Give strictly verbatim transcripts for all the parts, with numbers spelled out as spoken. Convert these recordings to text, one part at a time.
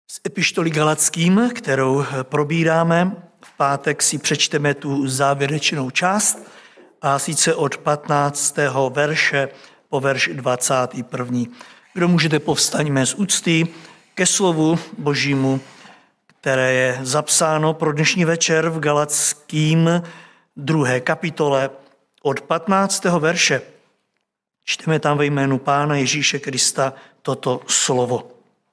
Z epištoly Galackým, kterou probíráme, v pátek si přečteme tu závěrečnou část, a sice od patnáctého verše po verš dvacátý první. Kdo můžete, povstaňme z úcty ke slovu Božímu, které je zapsáno pro dnešní večer v Galackým druhé kapitole od patnáctého verše. Čteme tam ve jménu Pána Ježíše Krista toto slovo.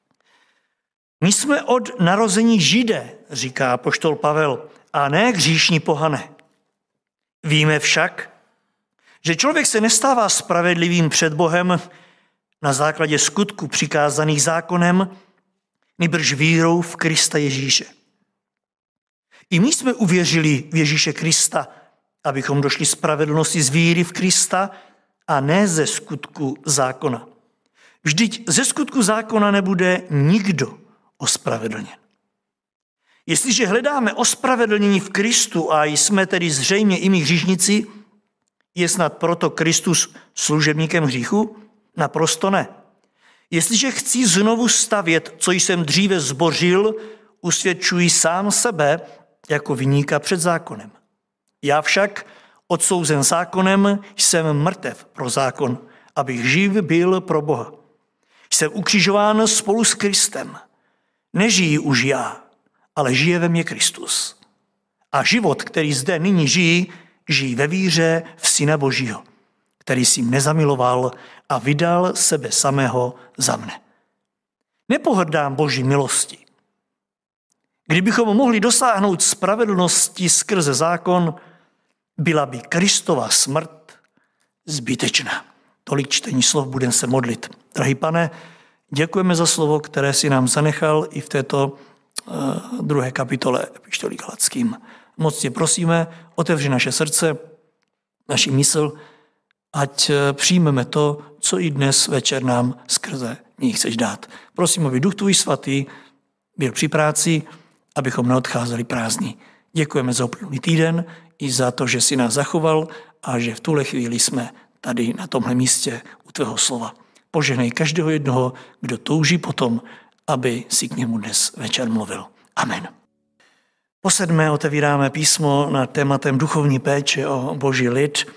My jsme od narození Židé, říká apoštol Pavel, a ne hříšní pohané. Víme však, že člověk se nestává spravedlivým před Bohem na základě skutku přikázaných zákonem, nýbrž vírou v Krista Ježíše. I my jsme uvěřili v Ježíše Krista, abychom došli spravedlnosti z víry v Krista a ne ze skutku zákona. Vždyť ze skutku zákona nebude nikdo ospravedlněn. Jestliže hledáme ospravedlnění v Kristu a jsme tedy zřejmě i my hříšníci, je snad proto Kristus služebníkem hříchu? Naprosto ne. Jestliže chci znovu stavět, co jsem dříve zbořil, usvědčuji sám sebe jako viníka před zákonem. Já však, odsouzen zákonem, jsem mrtev pro zákon, abych živ byl pro Boha. Jsem ukřižován spolu s Kristem. Nežijí už já, ale žije ve mně Kristus. A život, který zde nyní žijí, žijí ve víře v Syna Božího, který si mě nezamiloval a vydal sebe samého za mne. Nepohrdám Boží milosti. Kdybychom mohli dosáhnout spravedlnosti skrze zákon, byla by Kristova smrt zbytečná. Tolik čtení slov, budeme se modlit. Drahý Pane, děkujeme za slovo, které si nám zanechal i v této uh, druhé kapitole epištoly Galackým. Moc tě prosíme, otevři naše srdce, naši mysl, ať přijmeme to, co i dnes večer nám skrze ní chceš dát. Prosím, aby Duch tvůj svatý byl při práci, abychom neodcházeli prázdní. Děkujeme za uplynulý týden i za to, že jsi nás zachoval a že v tuhle chvíli jsme tady na tomhle místě u tvého slova. Požehnej každého jednoho, kdo touží potom, aby si k němu dnes večer mluvil. Amen. Po sedmé otevíráme písmo nad tématem duchovní péče o Boží lid.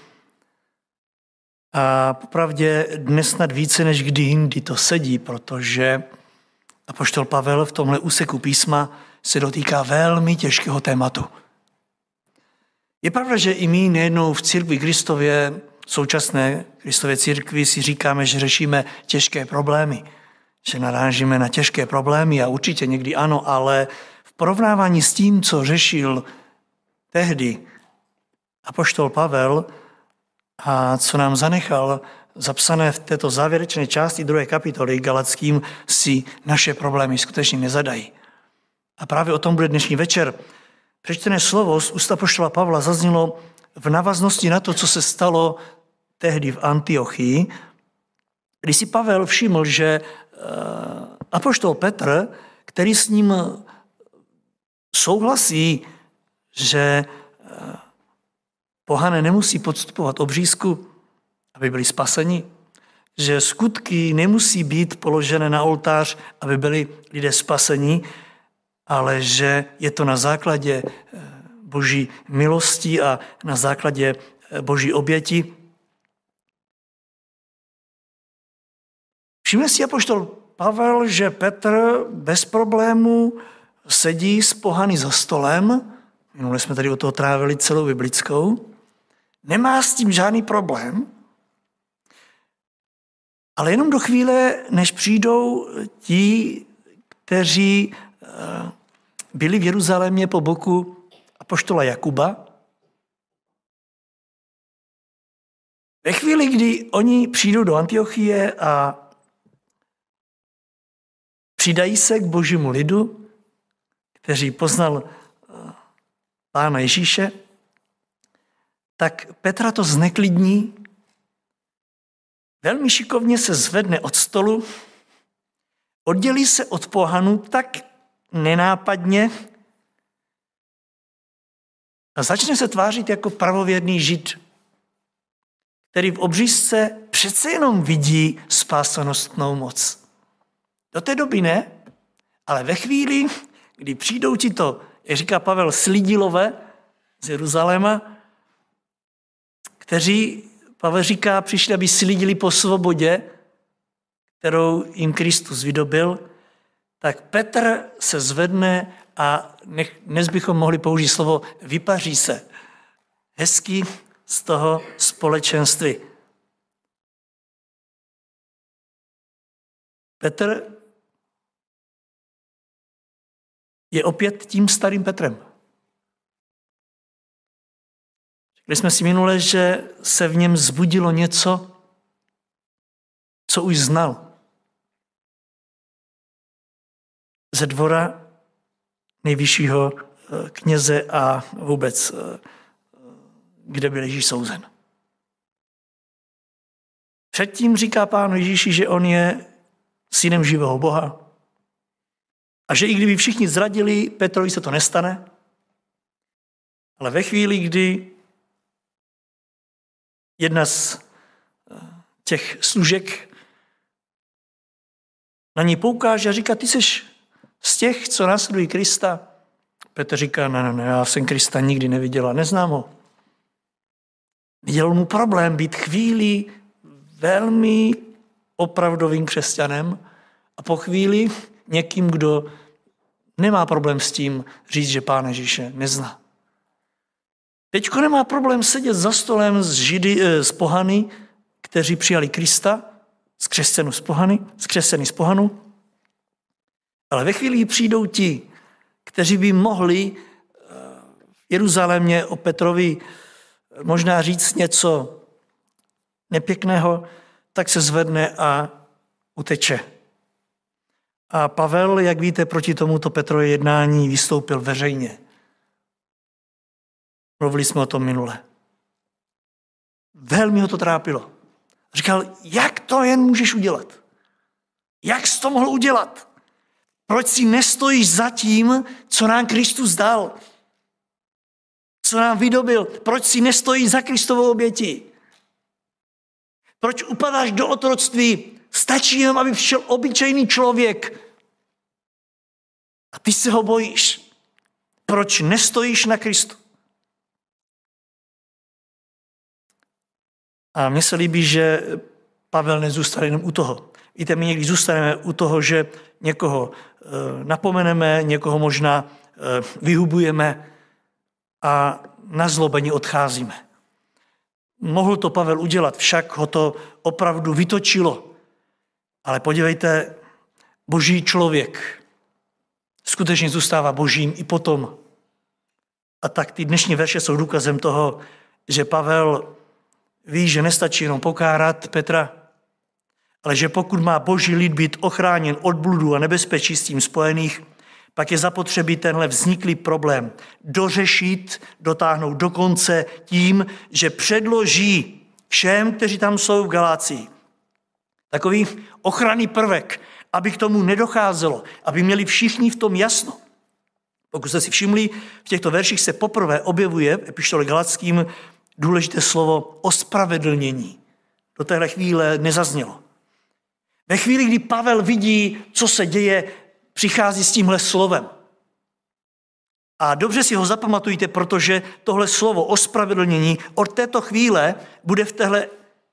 A popravdě dnes snad více než kdy jindy to sedí, protože apoštol Pavel v tomhle úseku písma se dotýká velmi těžkého tématu. Je pravda, že i my nejednou v církvi Kristově, současné Kristově církvi, si říkáme, že řešíme těžké problémy, že narážíme na těžké problémy a určitě někdy ano, ale v porovnávání s tím, co řešil tehdy apoštol Pavel a co nám zanechal zapsané v této závěrečné části druhé kapitoly Galackým, si naše problémy skutečně nezadají. A právě o tom bude dnešní večer. Přečtené slovo z úst apoštola Pavla zaznělo v návaznosti na to, co se stalo tehdy v Antiochii, kdy si Pavel všiml, že apoštol Petr, který s ním souhlasí, že pohané nemusí podstupovat obřízku, aby byli spaseni, že skutky nemusí být položené na oltář, aby byli lidé spaseni, ale že je to na základě Boží milosti a na základě Boží oběti. Všimne si apoštol Pavel, že Petr bez problému sedí s pohany za stolem, minule jsme tady o toho trávili celou biblickou, nemá s tím žádný problém, ale jenom do chvíle, než přijdou ti, kteří byli v Jeruzalémě po boku apoštola Jakuba. Ve chvíli, kdy oni přijdou do Antiochie a přidají se k Božímu lidu, kteří poznal Pána Ježíše, tak Petra to zneklidní, velmi šikovně se zvedne od stolu, oddělí se od pohanů tak nenápadně a začne se tvářit jako pravověrný Žid, který v obřízce přece jenom vidí spásanostnou moc. Do té doby ne, Ale ve chvíli, kdy přijdou ti to, jak říká Pavel, slidilové z Jeruzaléma, kteří, Pavel říká, přišli, aby slidili po svobodě, kterou jim Kristus vydobil, tak Petr se zvedne a nech, dnes bychom mohli použít slovo vypaří se hezky z toho společenství. Petr je opět tím starým Petrem. Řekli jsme si minule, že se v něm zbudilo něco, co už znal. Ze dvora nejvyššího kněze a vůbec, kde byl Ježíš souzen. Předtím říká Pánu Ježíši, že on je synem živého Boha a že i kdyby všichni zradili, Petrovi se to nestane, ale ve chvíli, kdy jedna z těch služek na ní poukáže a říká, ty jsi z těch, co následují Krista. Petr říká, ne, ne, ne, já jsem Krista nikdy neviděl a neznám ho. Viděl mu problém být chvíli velmi opravdovým křesťanem a po chvíli někým, kdo nemá problém s tím říct, že Pána Ježíše nezná. Teďko nemá problém sedět za stolem s Židy, s pohany, kteří přijali Krista, z křesťanů z pohany, z křesťany z pohanu, ale ve chvíli přijdou ti, kteří by mohli v Jeruzalémě o Petrovi možná říct něco nepěkného, tak se zvedne a uteče. A Pavel, jak víte, proti tomuto Petrově jednání vystoupil veřejně. Mluvili jsme o tom minule. Velmi ho to trápilo. Říkal, jak to jen můžeš udělat? Jak jsi to mohl udělat? Proč si nestojíš za tím, co nám Kristus dal? Co nám vydobil? Proč si nestojíš za Kristovou obětí? Proč upadáš do otroctví? Stačí jenom, aby přišel obyčejný člověk. A ty se ho bojíš. Proč nestojíš na Kristu? A mně se líbí, že Pavel nezůstane jenom u toho. Víte, my někdy zůstaneme u toho, že někoho napomeneme, někoho možná vyhubujeme a nazlobení odcházíme. Mohl to Pavel udělat, však ho to opravdu vytočilo. Ale podívejte, boží člověk skutečně zůstává božím i potom. A tak ty dnešní verše jsou důkazem toho, že Pavel ví, že nestačí jenom pokárat Petra, ale že pokud má boží lid být ochráněn od bludu a nebezpečí s tím spojených, pak je zapotřebí tenhle vzniklý problém dořešit, dotáhnout do konce tím, že předloží všem, kteří tam jsou v Galácii, takový ochranný prvek, aby k tomu nedocházelo, aby měli všichni v tom jasno. Pokud jste si všimli, v těchto verších se poprvé objevuje v epištole Galackým důležité slovo ospravedlnění. Do téhle chvíle nezaznělo. Ve chvíli, kdy Pavel vidí, co se děje, přichází s tímhle slovem. A dobře si ho zapamatujte, protože tohle slovo ospravedlnění od této chvíle bude v téhle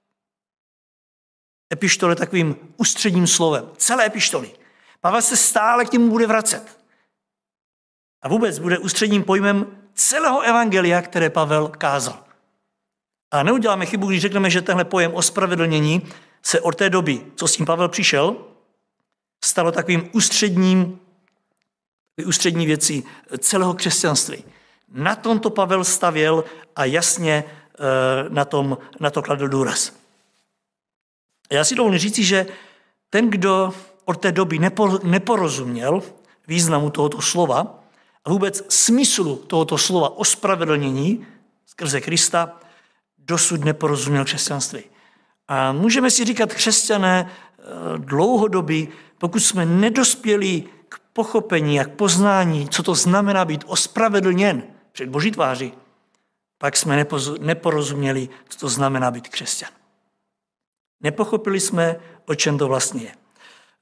epištole takovým ústředním slovem. Celé epištoly. Pavel se stále k němu bude vracet. A vůbec bude ústředním pojmem celého evangelia, které Pavel kázal. A neuděláme chybu, když řekneme, že tenhle pojem ospravedlnění se od té doby, co s tím Pavel přišel, stalo takovým ústředním, ústřední věcí celého křesťanství. Na tom to Pavel stavěl a jasně na, tom, na to kladl důraz. Já si dovolím říci, že ten, kdo od té doby neporozuměl významu tohoto slova a vůbec smyslu tohoto slova ospravedlnění skrze Krista, dosud neporozuměl křesťanství. A můžeme si říkat křesťané dlouhodobí, pokud jsme nedospěli k pochopení a k poznání, co to znamená být ospravedlněn před Boží tváří, pak jsme neporozuměli, co to znamená být křesťan. Nepochopili jsme, o čem to vlastně je.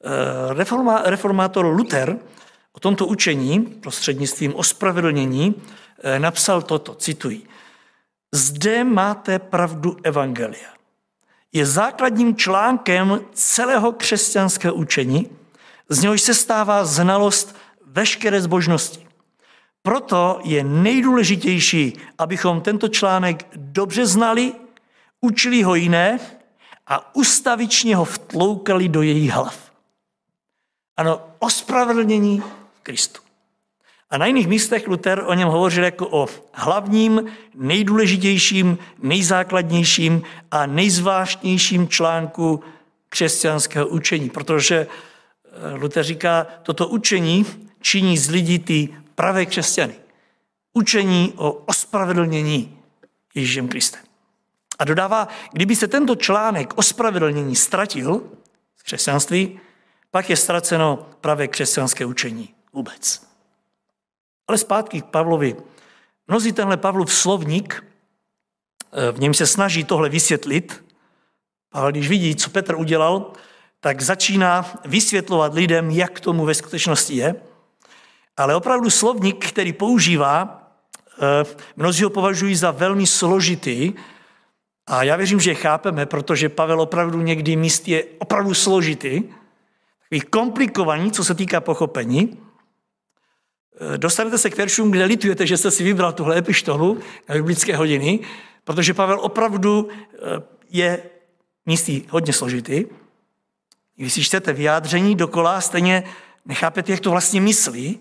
Reforma, reformátor Luther o tomto učení prostřednictvím ospravedlnění napsal toto, cituji. Zde máte pravdu evangelia. Je základním článkem celého křesťanského učení, z něhož se stává znalost veškeré zbožnosti. Proto je nejdůležitější, abychom tento článek dobře znali, učili ho jiné a ustavičně ho vtloukali do jejich hlav. Ano, ospravedlnění v Kristu. A na jiných místech Luther o něm hovořil jako o hlavním, nejdůležitějším, nejzákladnějším a nejzvláštnějším článku křesťanského učení. Protože Luther říká, toto učení činí z lidí ty pravé křesťany. Učení o ospravedlnění Ježíšem Kristem. A dodává, kdyby se tento článek ospravedlnění ztratil z křesťanství, pak je ztraceno pravé křesťanské učení vůbec. Ale zpátky k Pavlovi. Mnozí tenhle Pavlův slovník, v něm se snaží tohle vysvětlit. Pavel, když vidí, co Petr udělal, tak začíná vysvětlovat lidem, jak tomu ve skutečnosti je. Ale opravdu slovník, který používá, mnozí ho považují za velmi složitý a já věřím, že je chápeme, protože Pavel opravdu někdy míst je opravdu složitý, takový komplikovaný, co se týká pochopení. Dostanete se k veršům, kde litujete, že jste si vybral tuhle epištolu na biblické hodiny, protože Pavel opravdu je místí hodně složitý. Když si čtete vyjádření dokola, stejně nechápete, jak to vlastně myslí,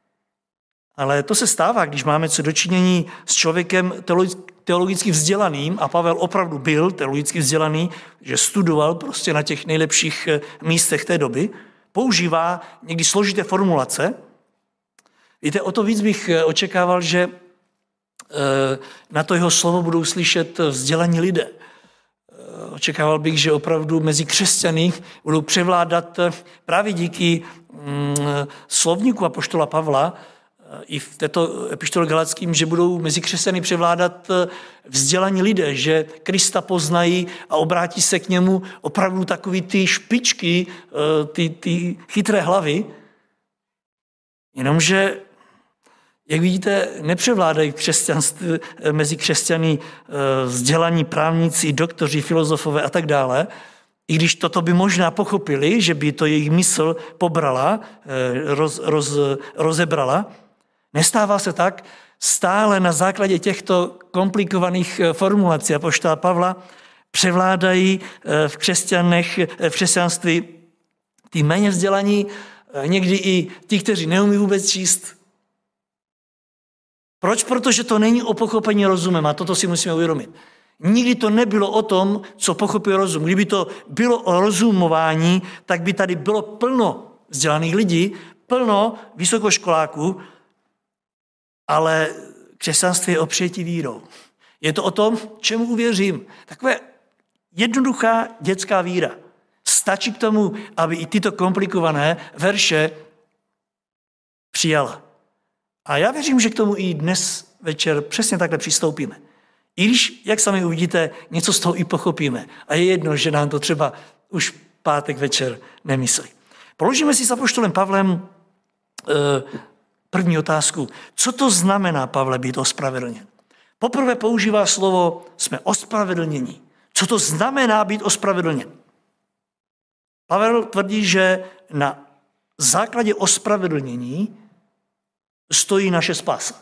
ale to se stává, když máme co dočinění s člověkem teologicky vzdělaným, a Pavel opravdu byl teologicky vzdělaný, že studoval prostě na těch nejlepších místech té doby, používá někdy složité formulace. Víte, o to víc bych očekával, že na to jeho slovo budou slyšet vzdělaní lidé. Očekával bych, že opravdu mezi křesťany budou převládat právě díky slovníku apoštola Pavla i v této epištole Galackým, že budou mezi křesťany převládat vzdělaní lidé, že Krista poznají a obrátí se k němu opravdu takový ty špičky, ty, ty chytré hlavy. Jenomže, jak vidíte, nepřevládají křesťanství, mezi křesťany vzdělaní právníci, doktoři, filozofové a tak dále, i když toto by možná pochopili, že by to jejich mysl pobrala, roz, roz, rozebrala, nestává se tak, stále na základě těchto komplikovaných formulací apoštola Pavla převládají v křesťanech, v křesťanství ty méně vzdělaní, někdy i ti, kteří neumí vůbec číst. Proč? Protože to není o pochopení rozumem a toto si musíme uvědomit. Nikdy to nebylo o tom, co pochopí rozum. Kdyby to bylo o rozumování, tak by tady bylo plno vzdělaných lidí, plno vysokoškoláků, ale křesťanství je o přijetí vírou. Je to o tom, čemu uvěřím. Takové jednoduchá dětská víra. Stačí k tomu, aby i tyto komplikované verše přijala. A já věřím, že k tomu i dnes večer přesně takhle přistoupíme. I když, jak sami uvidíte, něco z toho i pochopíme. A je jedno, že nám to třeba už pátek večer nemyslí. Položíme si s apoštolem Pavlem eh, první otázku. Co to znamená, Pavle, být ospravedlněn? Poprvé používá slovo jsme ospravedlnění. Co to znamená být ospravedlněn? Pavel tvrdí, že na základě ospravedlnění stojí naše spása.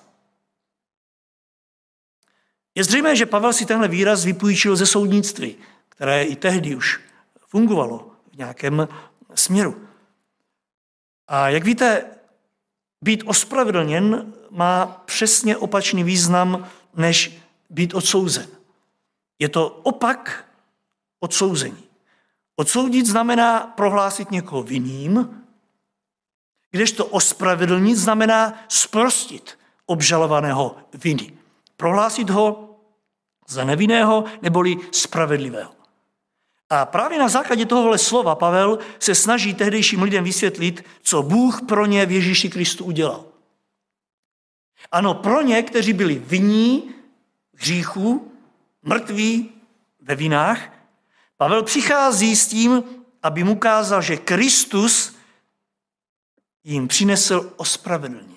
Je zřejmé, že Pavel si tenhle výraz vypůjčil ze soudnictví, které i tehdy už fungovalo v nějakém směru. A jak víte, být ospravedlněn má přesně opačný význam, než být odsouzen. Je to opak odsouzení. Odsoudit znamená prohlásit někoho vinným, kdežto ospravedlnit znamená zprostit obžalovaného viny. Prohlásit ho za nevinného neboli spravedlivého. A právě na základě tohohle slova Pavel se snaží tehdejším lidem vysvětlit, co Bůh pro ně v Ježíši Kristu udělal. Ano, pro ně, kteří byli vinní hříchu, mrtví ve vinách, Pavel přichází s tím, aby jim ukázal, že Kristus jim přinesl ospravedlnění.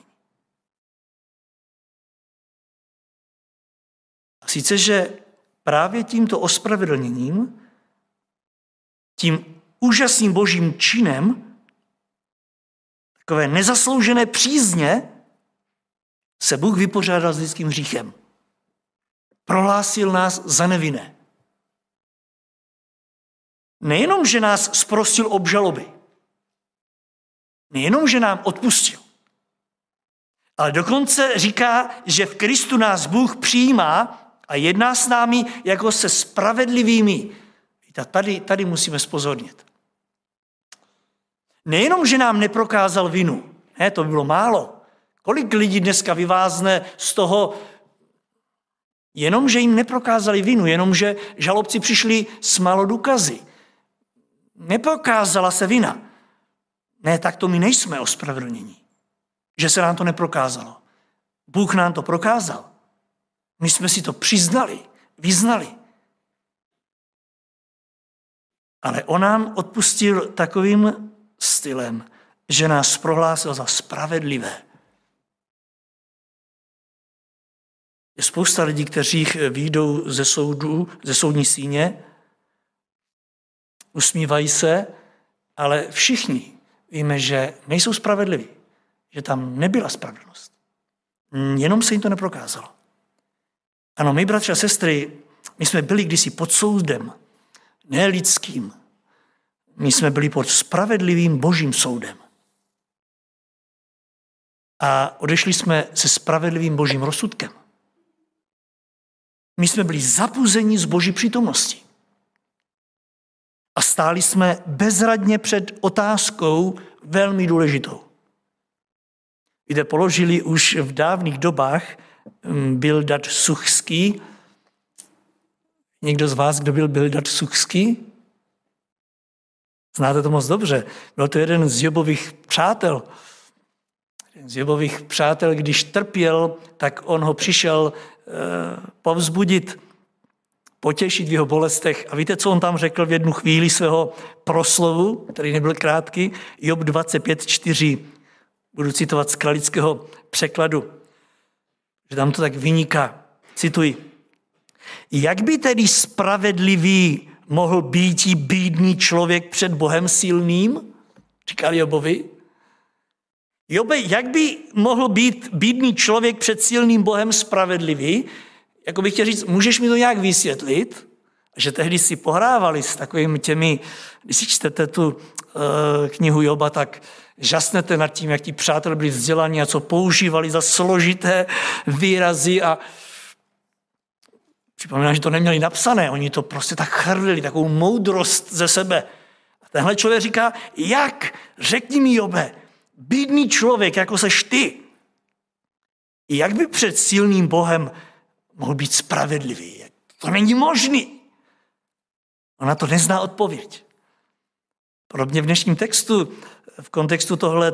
A sice, že právě tímto ospravedlněním, tím úžasným božím činem, takové nezasloužené přízně, se Bůh vypořádal s lidským hříchem. Prohlásil nás za nevinné. Nejenom, že nás zprostil obžaloby, nejenom, že nám odpustil, ale dokonce říká, že v Kristu nás Bůh přijímá a jedná s námi jako se spravedlivými. A tady, tady musíme zpozornit. Nejenom, že nám neprokázal vinu, ne, to by bylo málo. Kolik lidí dneska vyvázne z toho, jenom, že jim neprokázali vinu, jenom, že žalobci přišli s málo důkazy. Neprokázala se vina. Ne, tak to my nejsme ospravedlnění. Že se nám to neprokázalo. Bůh nám to prokázal. My jsme si to přiznali, vyznali. Ale on nám odpustil takovým stylem, že nás prohlásil za spravedlivé. Je spousta lidí, kteří vyjdou ze soudu, ze soudní síně, usmívají se, ale všichni víme, že nejsou spravedliví, že tam nebyla spravedlnost. Jenom se jim to neprokázalo. Ano, my, bratři a sestry, my jsme byli kdysi pod soudem, ne lidským. My jsme byli pod spravedlivým božím soudem. A odešli jsme se spravedlivým božím rozsudkem. My jsme byli zapuzeni z boží přítomnosti. A stáli jsme bezradně před otázkou velmi důležitou. Víte, položili už v dávných dobách Bildad Suchský. Někdo z vás, kdo byl Bildad Suchský? Znáte to moc dobře. Byl to jeden z Jobových přátel. Jeden z Jobových přátel, když trpěl, tak on ho přišel eh, povzbudit, potěšit v jeho bolestech. A víte, co on tam řekl v jednu chvíli svého proslovu, který nebyl krátký? Job dvacet pět čtyři. Budu citovat z kralického překladu, že tam to tak vyniká. Cituji. Jak by tedy spravedlivý mohl být bídný člověk před Bohem silným? Říkal Jobovi. Jobe, jak by mohl být bídný člověk před silným Bohem spravedlivý? Jako bych chtěl říct, můžeš mi to nějak vysvětlit? Že tehdy si pohrávali s takovými těmi, když si čtete tu uh, knihu Joba, tak žasnete nad tím, jak ti přátelé byli vzdělaní a co používali za složité výrazy a připomínám, že to neměli napsané, oni to prostě tak chrlili, takovou moudrost ze sebe. A tenhle člověk říká, jak, řekni mi, Jobe, bídný člověk, jako seš ty, jak by před silným Bohem mohl být spravedlivý? To není možný. Ona to nezná odpověď. Podobně v dnešním textu, v kontextu tohle,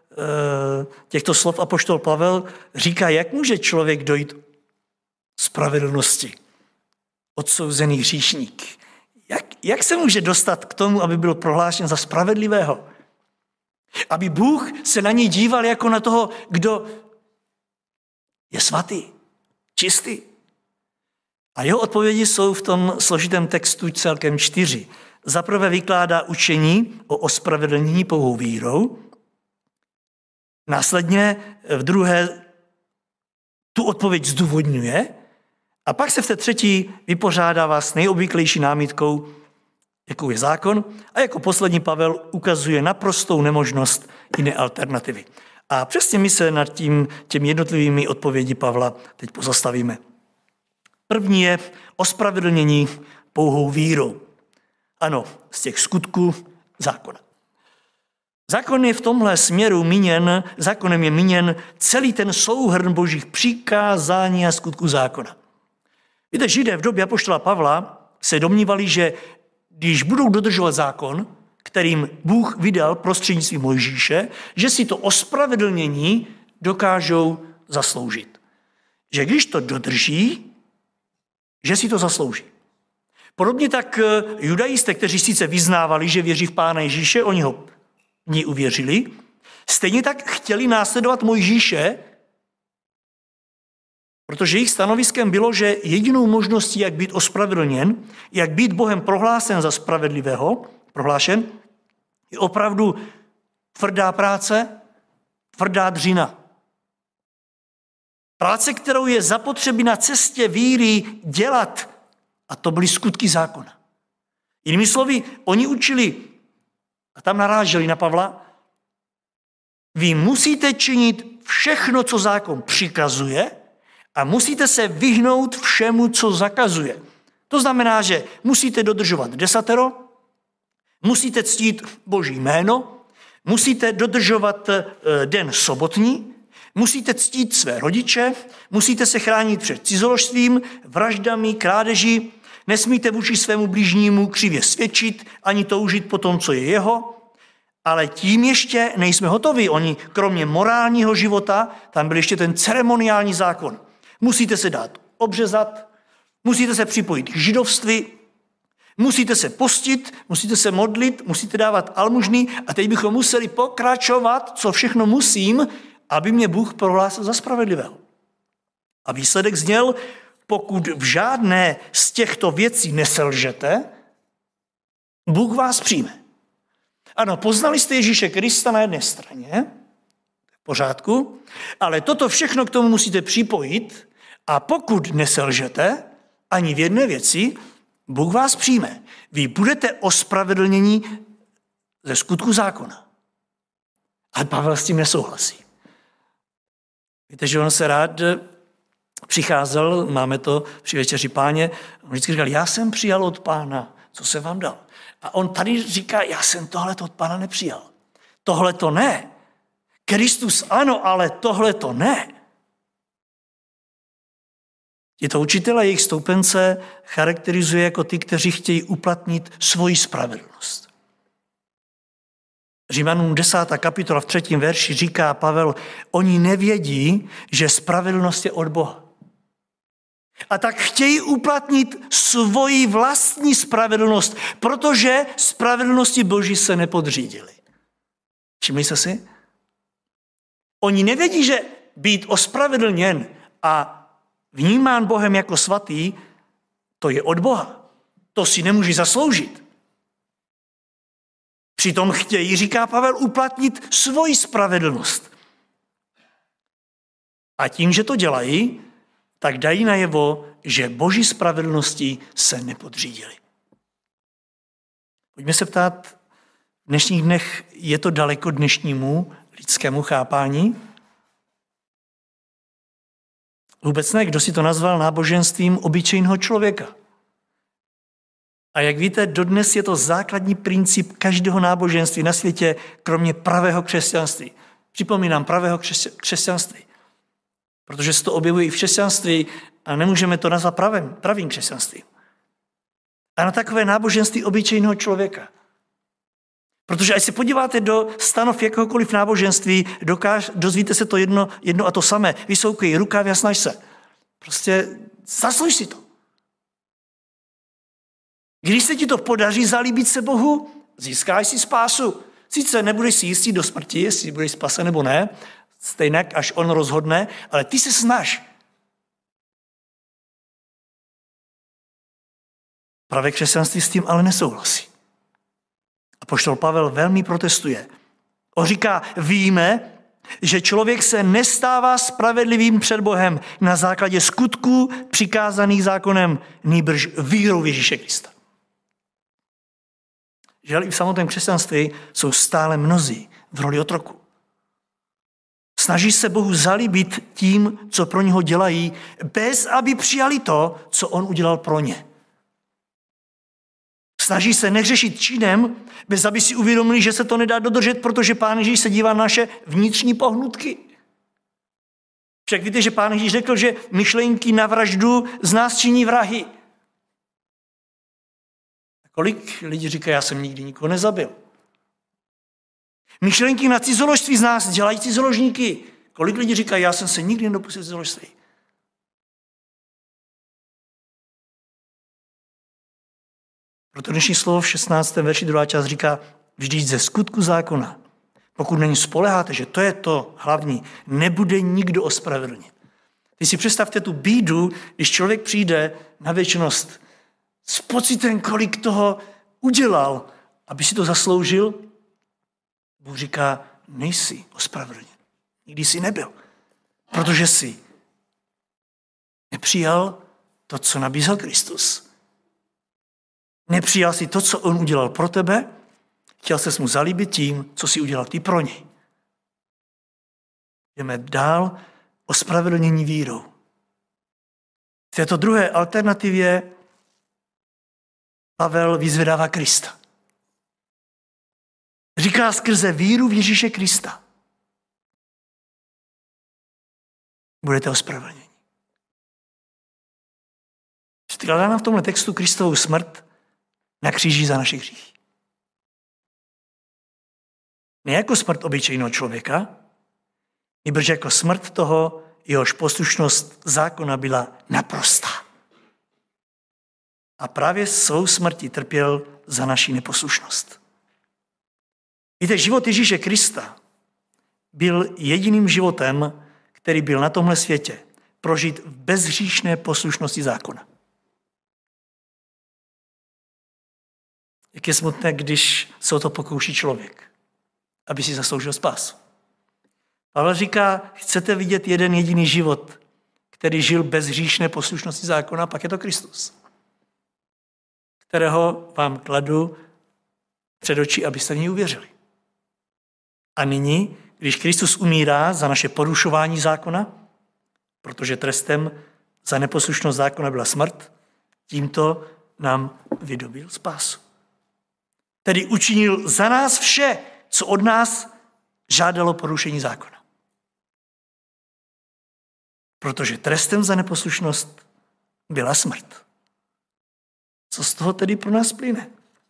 těchto slov apoštol Pavel říká, jak může člověk dojít spravedlnosti. Odsouzený hříšník. Jak, jak se může dostat k tomu, aby byl prohlášen za spravedlivého? Aby Bůh se na něj díval jako na toho, kdo je svatý, čistý. A jeho odpovědi jsou v tom složitém textu celkem čtyři. Zaprvé vykládá učení o ospravedlnění pouhou vírou. Následně v druhé tu odpověď zdůvodňuje. A pak se v té třetí vypořádává s nejobvyklejší námitkou, jakou je zákon. A jako poslední Pavel ukazuje naprostou nemožnost jiné alternativy. A přesně my se nad tím, těmi jednotlivými odpovědi Pavla teď pozastavíme. První je ospravedlnění pouhou vírou. Ano, z těch skutků zákona. Zákon je v tomhle směru míněn, zákonem je míněn celý ten souhrn božích přikázání a skutků zákona. Víte, Židé v době apoštola Pavla se domnívali, že když budou dodržovat zákon, kterým Bůh vydal prostřednictvím Mojžíše, že si to ospravedlnění dokážou zasloužit. Že když to dodrží, že si to zaslouží. Podobně tak judaisté, kteří sice vyznávali, že věří v Pána Ježíše, oni ho ní uvěřili, stejně tak chtěli následovat Mojžíše, protože jejich stanoviskem bylo, že jedinou možností, jak být ospravedlněn, jak být Bohem prohlášen za spravedlivého, prohlášen, je opravdu tvrdá práce, tvrdá dřina. Práce, kterou je zapotřebí na cestě víry dělat, a to byly skutky zákona. Jinými slovy, oni učili, a tam naráželi na Pavla, vy musíte činit všechno, co zákon přikazuje, a musíte se vyhnout všemu, co zakazuje. To znamená, že musíte dodržovat desatero, musíte ctít Boží jméno, musíte dodržovat den sobotní, musíte ctít své rodiče, musíte se chránit před cizoložstvím, vraždami, krádeží, nesmíte vůči svému blížnímu křivě svědčit, ani toužit po tom, co je jeho, ale tím ještě nejsme hotovi. Oni, kromě morálního života, tam byl ještě ten ceremoniální zákon. Musíte se dát obřezat, musíte se připojit k židovství, musíte se postit, musíte se modlit, musíte dávat almužny a teď bychom museli pokračovat, co všechno musím, aby mě Bůh prohlásil za spravedlivého. A výsledek zněl, pokud v žádné z těchto věcí neselžete, Bůh vás přijme. Ano, poznali jste Ježíše Krista na jedné straně, v pořádku, ale toto všechno k tomu musíte připojit a pokud neselžete ani v jedné věci, Bůh vás přijme. Vy budete ospravedlněni ze skutku zákona. Ale Pavel s tím nesouhlasí. Víte, že on se rád přicházel, máme to při večeři Páně, on vždycky říkal, já jsem přijal od Pána, co se vám dal. A on tady říká, já jsem tohleto od Pána nepřijal. Tohle to ne. Kristus ano, ale tohle to ne. Tito učitelé, jejich stoupence charakterizuje jako ty, kteří chtějí uplatnit svoji spravedlnost. Římanům desátá kapitola v třetím verši říká Pavel, oni nevědí, že spravedlnost je od Boha. A tak chtějí uplatnit svoji vlastní spravedlnost, protože spravedlnosti Boží se nepodřídili. Všimli jste si? Oni nevědí, že být ospravedlněn a vnímán Bohem jako svatý, to je od Boha. To si nemůže zasloužit. Přitom chtějí, říká Pavel, uplatnit svoji spravedlnost. A tím, že to dělají, tak dají najevo, že Boží spravedlnosti se nepodřídili. Pojďme se ptát, v dnešních dnech je to daleko dnešnímu lidskému chápání? Vůbec ne, kdo si to nazval náboženstvím obyčejného člověka. A jak víte, dodnes je to základní princip každého náboženství na světě, kromě pravého křesťanství. Připomínám, pravého křesťanství. Protože se to objevuje i v křesťanství a nemůžeme to nazvat pravým, pravým křesťanstvím. A na takové náboženství obyčejného člověka. Protože až se podíváte do stanov jakéhokoliv náboženství, dokáž, dozvíte se to jedno, jedno a to samé. Vysoukej rukávy a snaž se. Prostě zasluž si to. Když se ti to podaří zalíbit se Bohu, získáš si spásu. Sice nebudeš si jistý do smrti, jestli budeš spasen nebo ne, stejně až on rozhodne, ale ty se snaž. Pravé křesťanství s tím ale nesouhlasí. Apoštol Pavel velmi protestuje. On říká, víme, že člověk se nestává spravedlivým před Bohem na základě skutků přikázaných zákonem, nýbrž vírou Ježíše Krista. Žel i v samotném křesťanství jsou stále mnozí v roli otroku. Snaží se Bohu zalíbit tím, co pro něho dělají, bez aby přijali to, co on udělal pro ně. Snaží se neřešit činem, bez aby si uvědomili, že se to nedá dodržet, protože Pán Ježíš se dívá na naše vnitřní pohnutky. Však víte, že Pán Ježíš řekl, že myšlenky na vraždu z nás činí vrahy. Kolik lidí říká, já jsem nikdy nikoho nezabil. Myšlenky na cizoložství z nás dělají cizoložníky. Kolik lidí říká, já jsem se nikdy nedopustil cizoložství. Proto dnešní slovo v šestnáctém verši druhá část říká, vždyť ze skutku zákona, pokud na ní spoleháte, že to je to hlavní, nebude nikdo ospravedlnit. Teď si představte tu bídu, když člověk přijde na věčnost s pocitem, kolik toho udělal, aby si to zasloužil. Bůh říká, nejsi ospravedlněn. Nikdy jsi nebyl. Protože jsi nepřijal to, co nabízel Kristus. Nepřijal si to, co on udělal pro tebe, chtěl ses mu zalíbit tím, co si udělal ty pro něj. Jdeme dál ospravedlnění vírou. V této druhé alternativě Pavel vyzvedává Krista. Říká skrze víru v Ježíše Krista. Budete ospravedlněni. Vkládána v tomhle textu Kristovou smrt na kříži za naše hříchy. Ne jako smrt obyčejného člověka, nýbrž jako smrt toho, jehož poslušnost zákona byla naprostá. A právě svou smrtí trpěl za naši neposlušnost. Víte, život Ježíše Krista byl jediným životem, který byl na tomhle světě prožit v bezhříšné poslušnosti zákona. Jak je smutné, když se o to pokouší člověk, aby si zasloužil spásu. Pavel říká, chcete vidět jeden jediný život, který žil bez hříšné poslušnosti zákona, pak je to Kristus, kterého vám kladu před oči, abyste v něj uvěřili. A nyní, když Kristus umírá za naše porušování zákona, protože trestem za neposlušnost zákona byla smrt, tímto nám vydobil spásu. Tedy učinil za nás vše, co od nás žádalo porušení zákona. Protože trestem za neposlušnost byla smrt. Co z toho tedy pro nás plyne?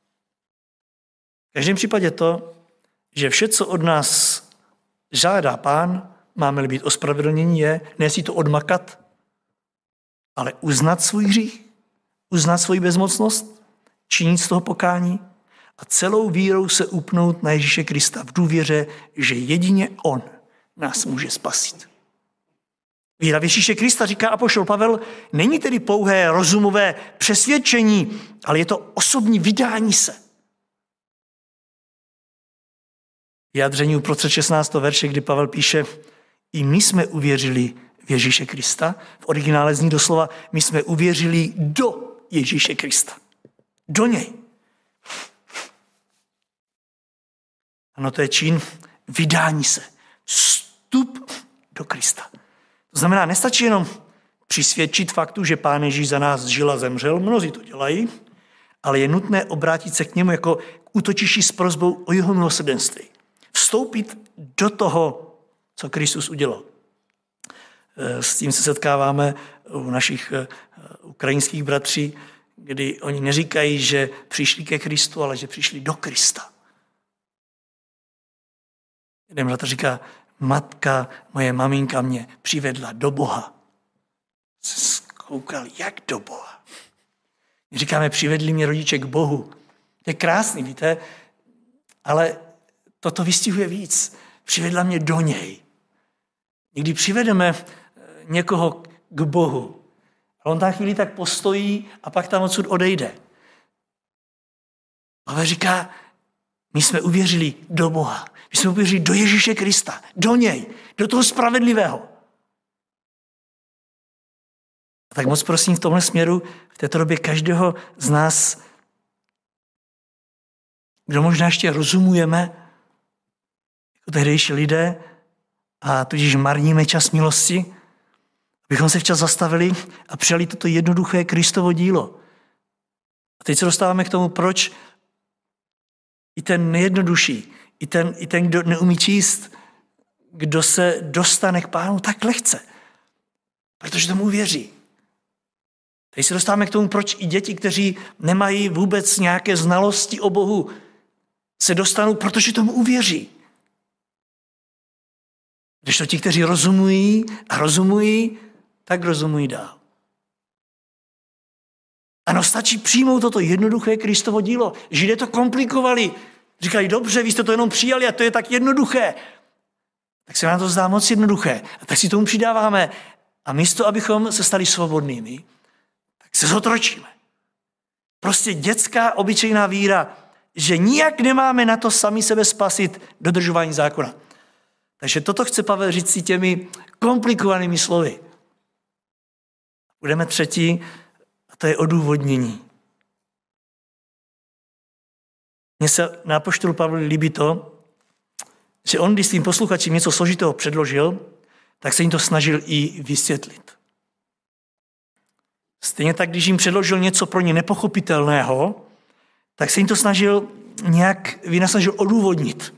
V každém případě to, že vše, co od nás žádá Pán, máme-li být ospravedlnění, je ne si to odmakat, ale uznat svůj hřích, uznat svoji bezmocnost, činit z toho pokání a celou vírou se upnout na Ježíše Krista v důvěře, že jedině on nás může spasit. Víra v Ježíše Krista, říká apoštol Pavel, není tedy pouhé rozumové přesvědčení, ale je to osobní vydání se. Vyjádření uprostřed šestnáctého verše, kdy Pavel píše, i my jsme uvěřili v Ježíše Krista. V originále zní doslova, my jsme uvěřili do Ježíše Krista. Do něj. Ano, to je čin vydání se. Vstup do Krista. To znamená, nestačí jenom přisvědčit faktu, že Pán Ježíš za nás žil a zemřel, mnozí to dělají, ale je nutné obrátit se k němu jako k útočišti s prosbou o jeho milosrdenství. Vstoupit do toho, co Kristus udělal. S tím se setkáváme u našich ukrajinských bratří, kdy oni neříkají, že přišli ke Kristu, ale že přišli do Krista. Jeden bratr říká, matka, moje maminka mě přivedla do Boha. Se koukal, jak do Boha? My říkáme, přivedli mě rodiče k Bohu. To je krásný, víte, ale toto vystihuje víc. Přivedla mě do něj. Někdy přivedeme někoho k Bohu. A on tam chvíli tak postojí a pak tam odsud odejde. Pavel říká, my jsme uvěřili do Boha. My jsme uvěřili do Ježíše Krista. Do něj. Do toho spravedlivého. A tak moc prosím v tomhle směru, v této době každého z nás, kdo možná ještě rozumujeme, jako tehdejší lidé, a tudíž marníme čas milosti, abychom se včas zastavili a přijali toto jednoduché Kristovo dílo. A teď se dostáváme k tomu, proč i ten nejjednodušší, i ten, i ten, kdo neumí číst, kdo se dostane k Pánu tak lehce. Protože tomu věří. Teď se dostáváme k tomu, proč i děti, kteří nemají vůbec nějaké znalosti o Bohu, se dostanou, protože tomu uvěří. Když to ti, kteří rozumují a rozumují, tak rozumují dál. Ano, stačí přijmout toto jednoduché Kristovo dílo. Židé to komplikovali. Říkali, dobře, vy jste to jenom přijali a to je tak jednoduché. Tak se nám to zdá moc jednoduché. A tak si tomu přidáváme. A místo, abychom se stali svobodnými, tak se zotročíme. Prostě dětská obyčejná víra, že nijak nemáme na to sami sebe spasit dodržování zákona. Takže toto chce Pavel říct si těmi komplikovanými slovy. Budeme třetí, a to je odůvodnění. Mně se na apoštolu Pavlovi líbí to, že on, když svým posluchačům něco složitého předložil, tak se jim to snažil i vysvětlit. Stejně tak, když jim předložil něco pro ně nepochopitelného, tak se jim to snažil nějak vynasnažil odůvodnit.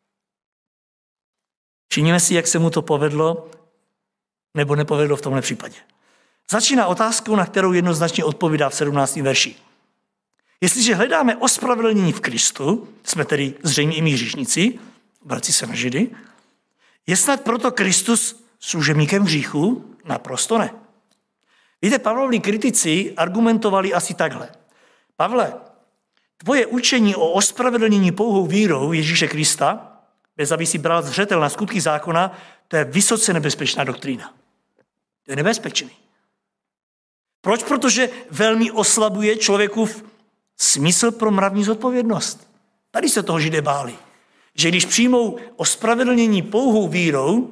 Všimněme si, jak se mu to povedlo nebo nepovedlo v tomhle případě. Začíná otázkou, na kterou jednoznačně odpovídá v sedmnáctém verši. Jestliže hledáme ospravedlnění v Kristu, jsme tedy zřejmě i my hříšníci, vrací se na Židy, je snad proto Kristus služebníkem hříchu? Naprosto ne. Víte, Pavlovi kritici argumentovali asi takhle. Pavle, tvoje učení o ospravedlnění pouhou vírou Ježíše Krista, bez aby si bral zřetel na skutky zákona, to je vysoce nebezpečná doktrína. To je nebezpečný. Proč? Protože velmi oslabuje člověkův smysl pro mravní zodpovědnost. Tady se toho Židé báli. Že když přijmou ospravedlnění pouhou vírou,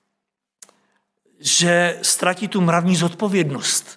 že ztratí tu mravní zodpovědnost.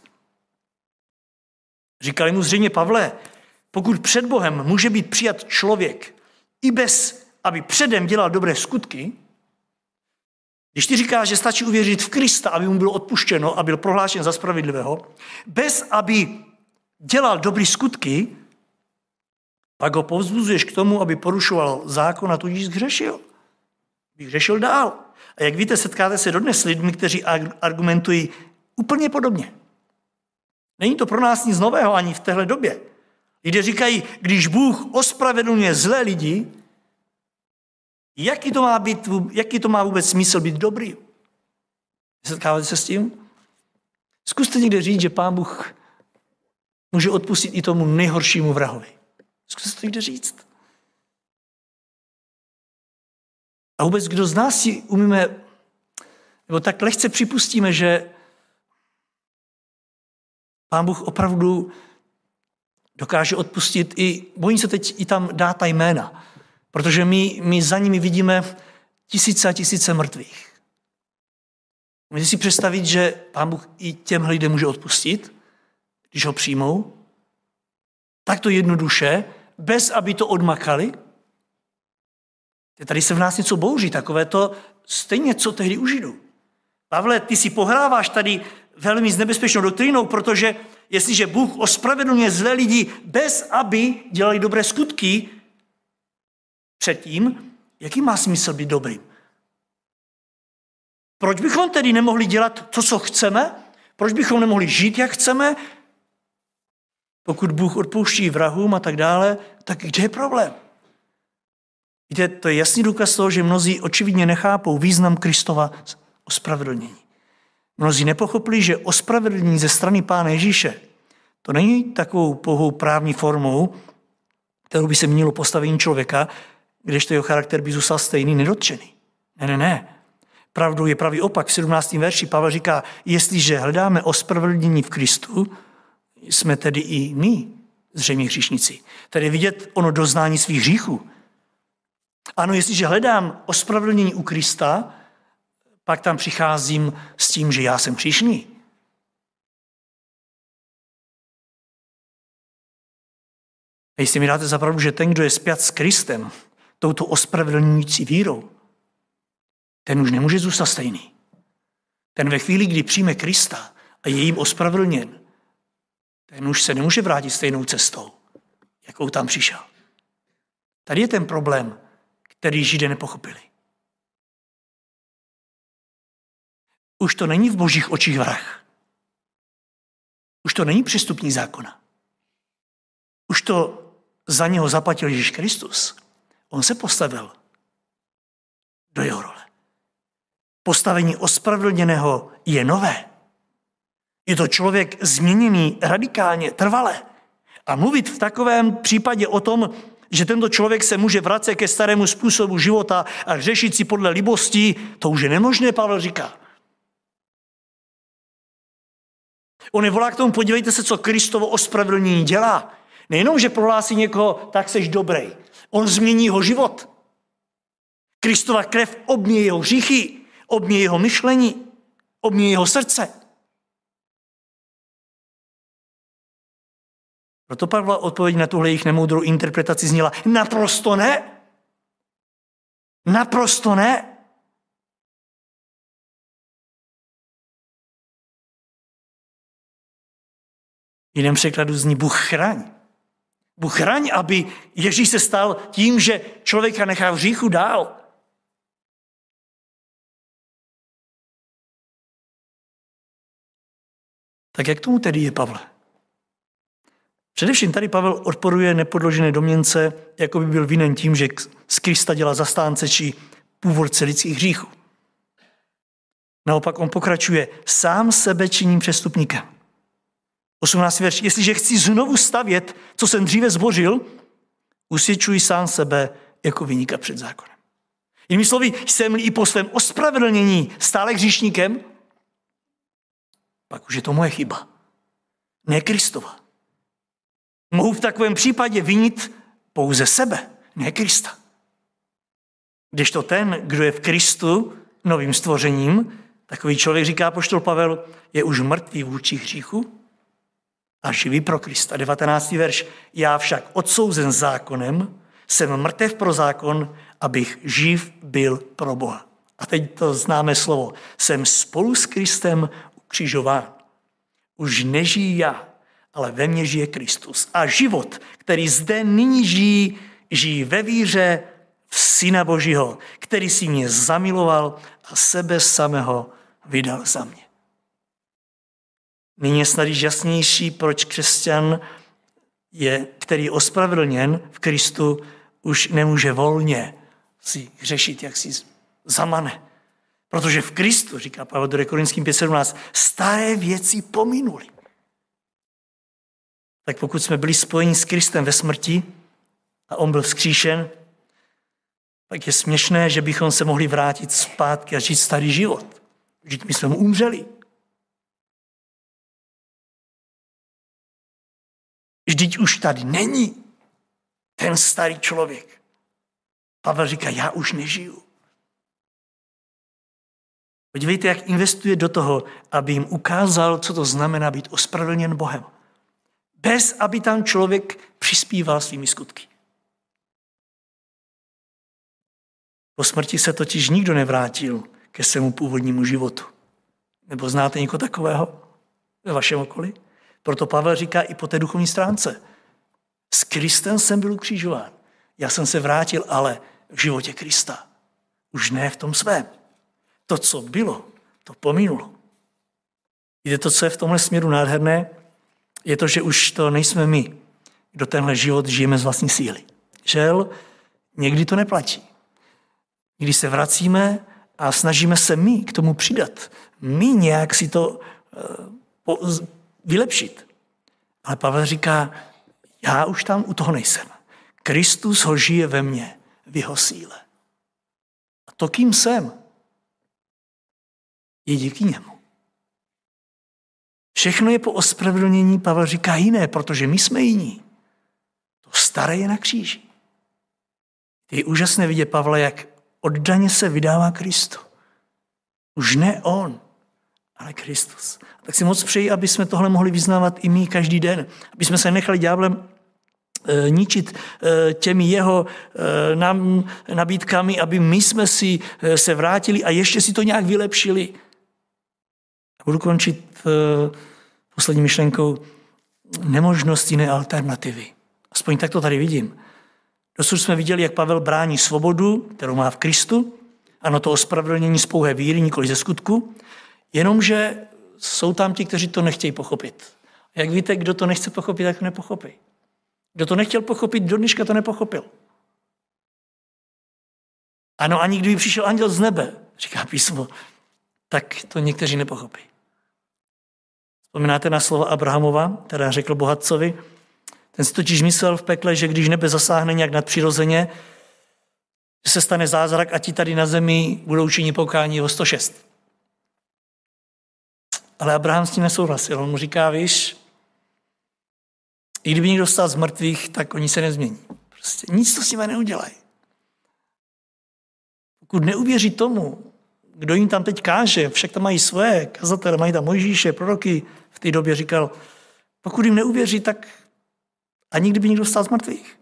Říkali mu zřejmě Pavle, pokud před Bohem může být přijat člověk i bez, aby předem dělal dobré skutky, když ty říkáš, že stačí uvěřit v Krista, aby mu bylo odpuštěno a byl prohlášen za spravedlivého, bez aby dělal dobré skutky, pak ho povzbuzuješ k tomu, aby porušoval zákon a tudíž zhřešil. By hřešil dál. A jak víte, setkáte se dodnes s lidmi, kteří argumentují úplně podobně. Není to pro nás nic nového ani v téhle době. Lidé říkají, když Bůh ospravedlňuje zlé lidi, jaký to má, být, jaký to má vůbec smysl být dobrý? Setkáváte se s tím? Zkuste někde říct, že Pán Bůh může odpustit i tomu nejhoršímu vrahovi. Zkuste to někde říct. A vůbec kdo z nás si umíme, nebo tak lehce připustíme, že Pán Bůh opravdu dokáže odpustit i, bojím se teď i tam dát ta jména, protože my, my za nimi vidíme tisíce a tisíce mrtvých. Můžete si představit, že Pán Bůh i těm lidem může odpustit, když ho přijmou, tak to jednoduše, bez aby to odmakali. Tady se v nás něco bouří, takové to stejně, co tehdy u Židů. Pavle, ty si pohráváš tady velmi s nebezpečnou doktrínou, protože jestliže Bůh ospravedlňuje zlé lidi bez, aby dělali dobré skutky předtím, jaký má smysl být dobrým? Proč bychom tedy nemohli dělat to, co chceme? Proč bychom nemohli žít, jak chceme? Pokud Bůh odpouští vrahům a tak dále, tak kde je problém? Víte, to je jasný důkaz toho, že mnozí očividně nechápou význam Kristova ospravedlnění. Mnozí nepochopili, že ospravedlnění ze strany Pána Ježíše to není takovou pouhou právní formou, kterou by se měnilo postavení člověka, kdežto jeho charakter by zůstal stejný, nedotčený. Ne, ne, ne. Pravdou je pravý opak. V sedmnáctém verši Pavel říká, jestliže hledáme ospravedlnění v Kristu, jsme tedy i my zřejmě hříšníci. Tedy vidět ono doznání svých hříchů. Ano, jestliže hledám ospravedlnění u Krista, pak tam přicházím s tím, že já jsem hříšný. A jestli mi dáte za pravdu, že ten, kdo je spjat s Kristem, touto ospravedlňující vírou, ten už nemůže zůstat stejný. Ten ve chvíli, kdy přijme Krista a je jim ospravedlněn, ten už se nemůže vrátit stejnou cestou, jakou tam přišel. Tady je ten problém, který Židé nepochopili. Už to není v božích očích vrah. Už to není přestupní zákona. Už to za něho zaplatil Ježíš Kristus. On se postavil do jeho role. Postavení ospravedlněného je nové. Je to člověk změněný radikálně, trvale. A mluvit v takovém případě o tom, že tento člověk se může vracet ke starému způsobu života a řešit si podle libostí, to už je nemožné, Pavel říká. On je volá k tomu, podívejte se, co Kristovo ospravedlnění dělá. Nejenom, že prohlásí někoho, tak seš dobrý. On změní jeho život. Kristova krev obměje jeho hříchy, obměje jeho myšlení, obměje jeho srdce. Proto Pavla odpověď na tuhle jejich nemoudrou interpretaci zněla naprosto ne. Naprosto ne. V jiném překladu zní Bůh chraň. Bůh chraň, aby Ježíš se stal tím, že člověka nechá v hříchu dál. Tak jak tomu tedy je, Pavle? Především tady Pavel odporuje nepodložené domněnce, jako by byl vinen tím, že z Krista dělá zastánce či původce lidských hříchů. Naopak on pokračuje, sám sebe činím přestupníkem. osmnáctý verš. Jestliže chci znovu stavět, co jsem dříve zbořil, usvědčuji sám sebe jako viníka před zákonem. Jinými slovy, jsem-li i po svém ospravedlnění stále hříšníkem, pak už je to moje chyba, ne Kristova. Mohu v takovém případě vinit pouze sebe, ne Krista. Kdežto ten, kdo je v Kristu novým stvořením, takový člověk, říká apoštol Pavel, je už mrtvý vůči hříchu a živý pro Krista. devatenáctý verš. Já však odsouzen zákonem, jsem mrtev pro zákon, abych živ byl pro Boha. A teď to známé slovo. Jsem spolu s Kristem ukřižován. Už nežijí já, ale ve mně žije Kristus. A život, který zde nyní žijí, žijí ve víře v Syna Božího, který si mě zamiloval a sebe samého vydal za mě. Nyní je snad již jasnější, proč křesťan, je, který je ospravedlněn v Kristu, už nemůže volně si řešit, jak si zamane. Protože v Kristu, říká Pavel do Korinským pět sedmnáct, staré věci pominuly. Tak pokud jsme byli spojeni s Kristem ve smrti a on byl vzkříšen, tak je směšné, že bychom se mohli vrátit zpátky a žít starý život. Vždyť my jsme mu umřeli. Vždyť už tady není ten starý člověk. Pavel říká, já už nežiju. Podívejte, jak investuje do toho, aby jim ukázal, co to znamená být ospravedlněn Bohem. Bez, aby tam člověk přispíval svými skutky. Po smrti se totiž nikdo nevrátil ke svému původnímu životu. Nebo znáte někoho takového ve vašem okolí? Proto Pavel říká i po té duchovní stránce. S Kristem jsem byl ukřižován. Já jsem se vrátil, ale v životě Krista. Už ne v tom svém. To, co bylo, to pominulo. Víte, to, co je v tomhle směru nádherné, je to, že už to nejsme my, kdo tenhle život žijeme z vlastní síly. Žel, někdy to neplatí. Když se vracíme a snažíme se my k tomu přidat, my nějak si to uh, vylepšit. Ale Pavel říká, já už tam u toho nejsem. Kristus ho žije ve mně, v jeho síle. A to, kým jsem, je díky němu. Všechno je po ospravedlnění, Pavel říká jiné, protože my jsme jiní. To staré je na kříži. Je úžasné vidět Pavla, jak oddaně se vydává Kristu. Už ne on, ale Kristus. Tak si moc přeji, aby jsme tohle mohli vyznávat i my každý den. Aby jsme se nechali ďáblem e, ničit e, těmi jeho e, nám, nabídkami, aby my jsme si e, se vrátili a ještě si to nějak vylepšili. Budu končit e, poslední myšlenkou nemožnost jiné alternativy. Aspoň tak to tady vidím. Dosud jsme viděli, jak Pavel brání svobodu, kterou má v Kristu, ano, to ospravedlnění z pouhé víry, nikoli ze skutku, jenomže jsou tam ti, kteří to nechtějí pochopit. A jak víte, kdo to nechce pochopit, tak to nepochopí. Kdo to nechtěl pochopit, do dneška to nepochopil. Ano, ani kdyby přišel anděl z nebe, říká písmo, tak to někteří nepochopí. Vzpomínáte na slova Abrahamova, která řekl bohatcovi? Ten si totiž myslel v pekle, že když nebe zasáhne nějak nadpřirozeně, že se stane zázrak a ti tady na zemi budou činit pokání o sto šest. Ale Abraham s tím nesouhlasil. On mu říká, víš, i kdyby někdo stál z mrtvých, tak oni se nezmění. Prostě nic to s nimi neudělají. Pokud neuvěří tomu, kdo jim tam teď káže, však tam mají svoje kazatele, mají tam Mojžíše, proroky, v té době říkal, pokud jim neuvěří, tak a nikdy by někdo stál z mrtvých.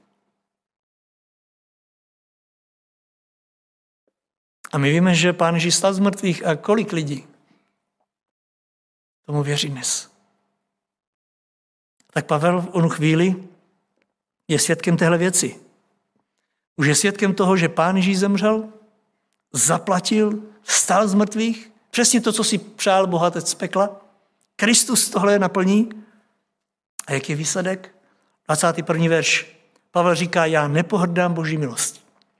A my víme, že Pán Ježíš stál z mrtvých a kolik lidí tomu věří dnes. Tak Pavel v onu chvíli je svědkem téhle věci. Už je svědkem toho, že Pán Ježíš zemřel, zaplatil, vstal z mrtvých, přesně to, co si přál bohatec z pekla. Kristus tohle naplní. A jaký je výsledek? dvacátý první verš. Pavel říká, já nepohrdám Boží milostí.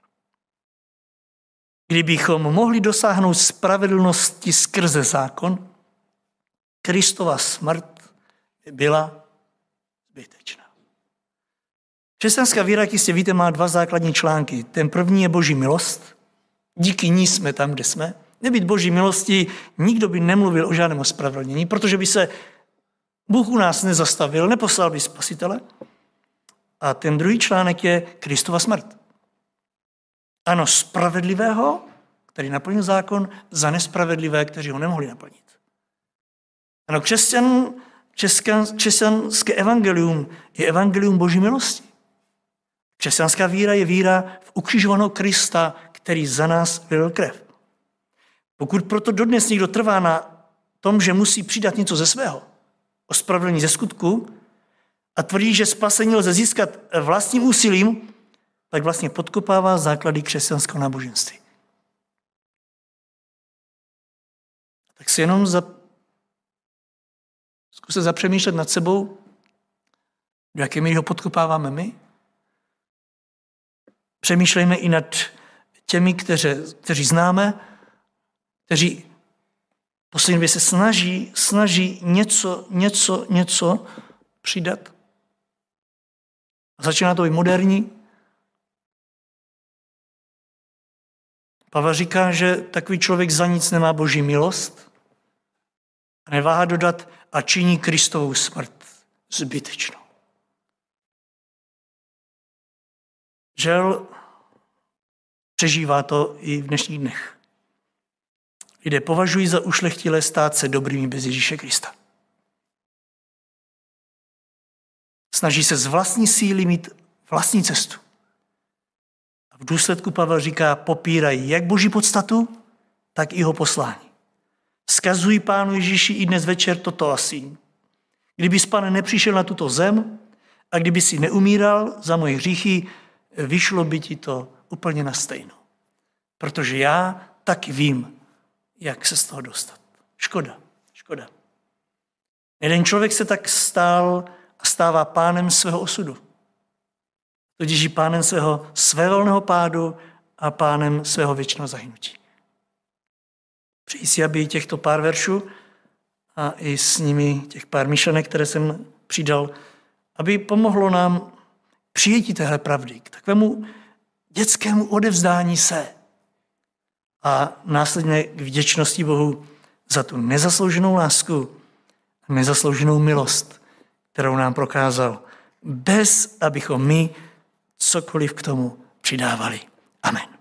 Kdybychom mohli dosáhnout spravedlnosti skrze zákon, Kristova smrt byla zbytečná. Křesťanská víra, jak jistě víte, má dva základní články. Ten první je Boží milost. Díky ní jsme tam, kde jsme. Nebýt Boží milosti, nikdo by nemluvil o žádném ospravedlnění, protože by se Bůh u nás nezastavil, neposlal by spasitele. A ten druhý článek je Kristova smrt. Ano, spravedlivého, který naplnil zákon, za nespravedlivé, kteří ho nemohli naplnit. Ano, křesťan, křesťan, křesťanské evangelium je evangelium Boží milosti. Křesťanská víra je víra v ukřižovaného Krista, který za nás vylil krev. Pokud proto dodnes někdo trvá na tom, že musí přidat něco ze svého, ospravedlnění ze skutku, a tvrdí, že spasení lze získat vlastním úsilím, tak vlastně podkopává základy křesťanského náboženství. Tak si jenom za... zkuste zapřemýšlet nad sebou, do jaké míry ho podkopáváme my. Přemýšlejme i nad těmi, kteří, kteří známe, kteří poslední době se snaží, snaží něco, něco, něco přidat. A začíná to být moderní. Pavel říká, že takový člověk za nic nemá Boží milost a neváhá dodat a činí Kristovou smrt zbytečnou. Žel přežívá to i v dnešních dnech. Lidé považují za ušlechtilé stát se dobrými bez Ježíše Krista. Snaží se z vlastní síly mít vlastní cestu. A v důsledku Pavel říká, popírají jak Boží podstatu, tak i jeho poslání. Vzkazují Pánu Ježíši i dnes večer toto asi. Kdybys, Pane, nepřišel na tuto zem a kdyby si neumíral za moje hříchy, vyšlo by ti to úplně na stejno. Protože já taky vím, jak se z toho dostat. Škoda, škoda. Jeden člověk se tak stál a stává pánem svého osudu. Tudíž i pánem svého svévolného pádu a pánem svého věčného zahynutí. Přeji si, aby těchto pár veršů a i s nimi těch pár myšlenek, které jsem přidal, aby pomohlo nám přijetí téhle pravdy, k takovému dětskému odevzdání se a následně k vděčnosti Bohu za tu nezaslouženou lásku, nezaslouženou milost, kterou nám prokázal, bez abychom my cokoliv k tomu přidávali. Amen.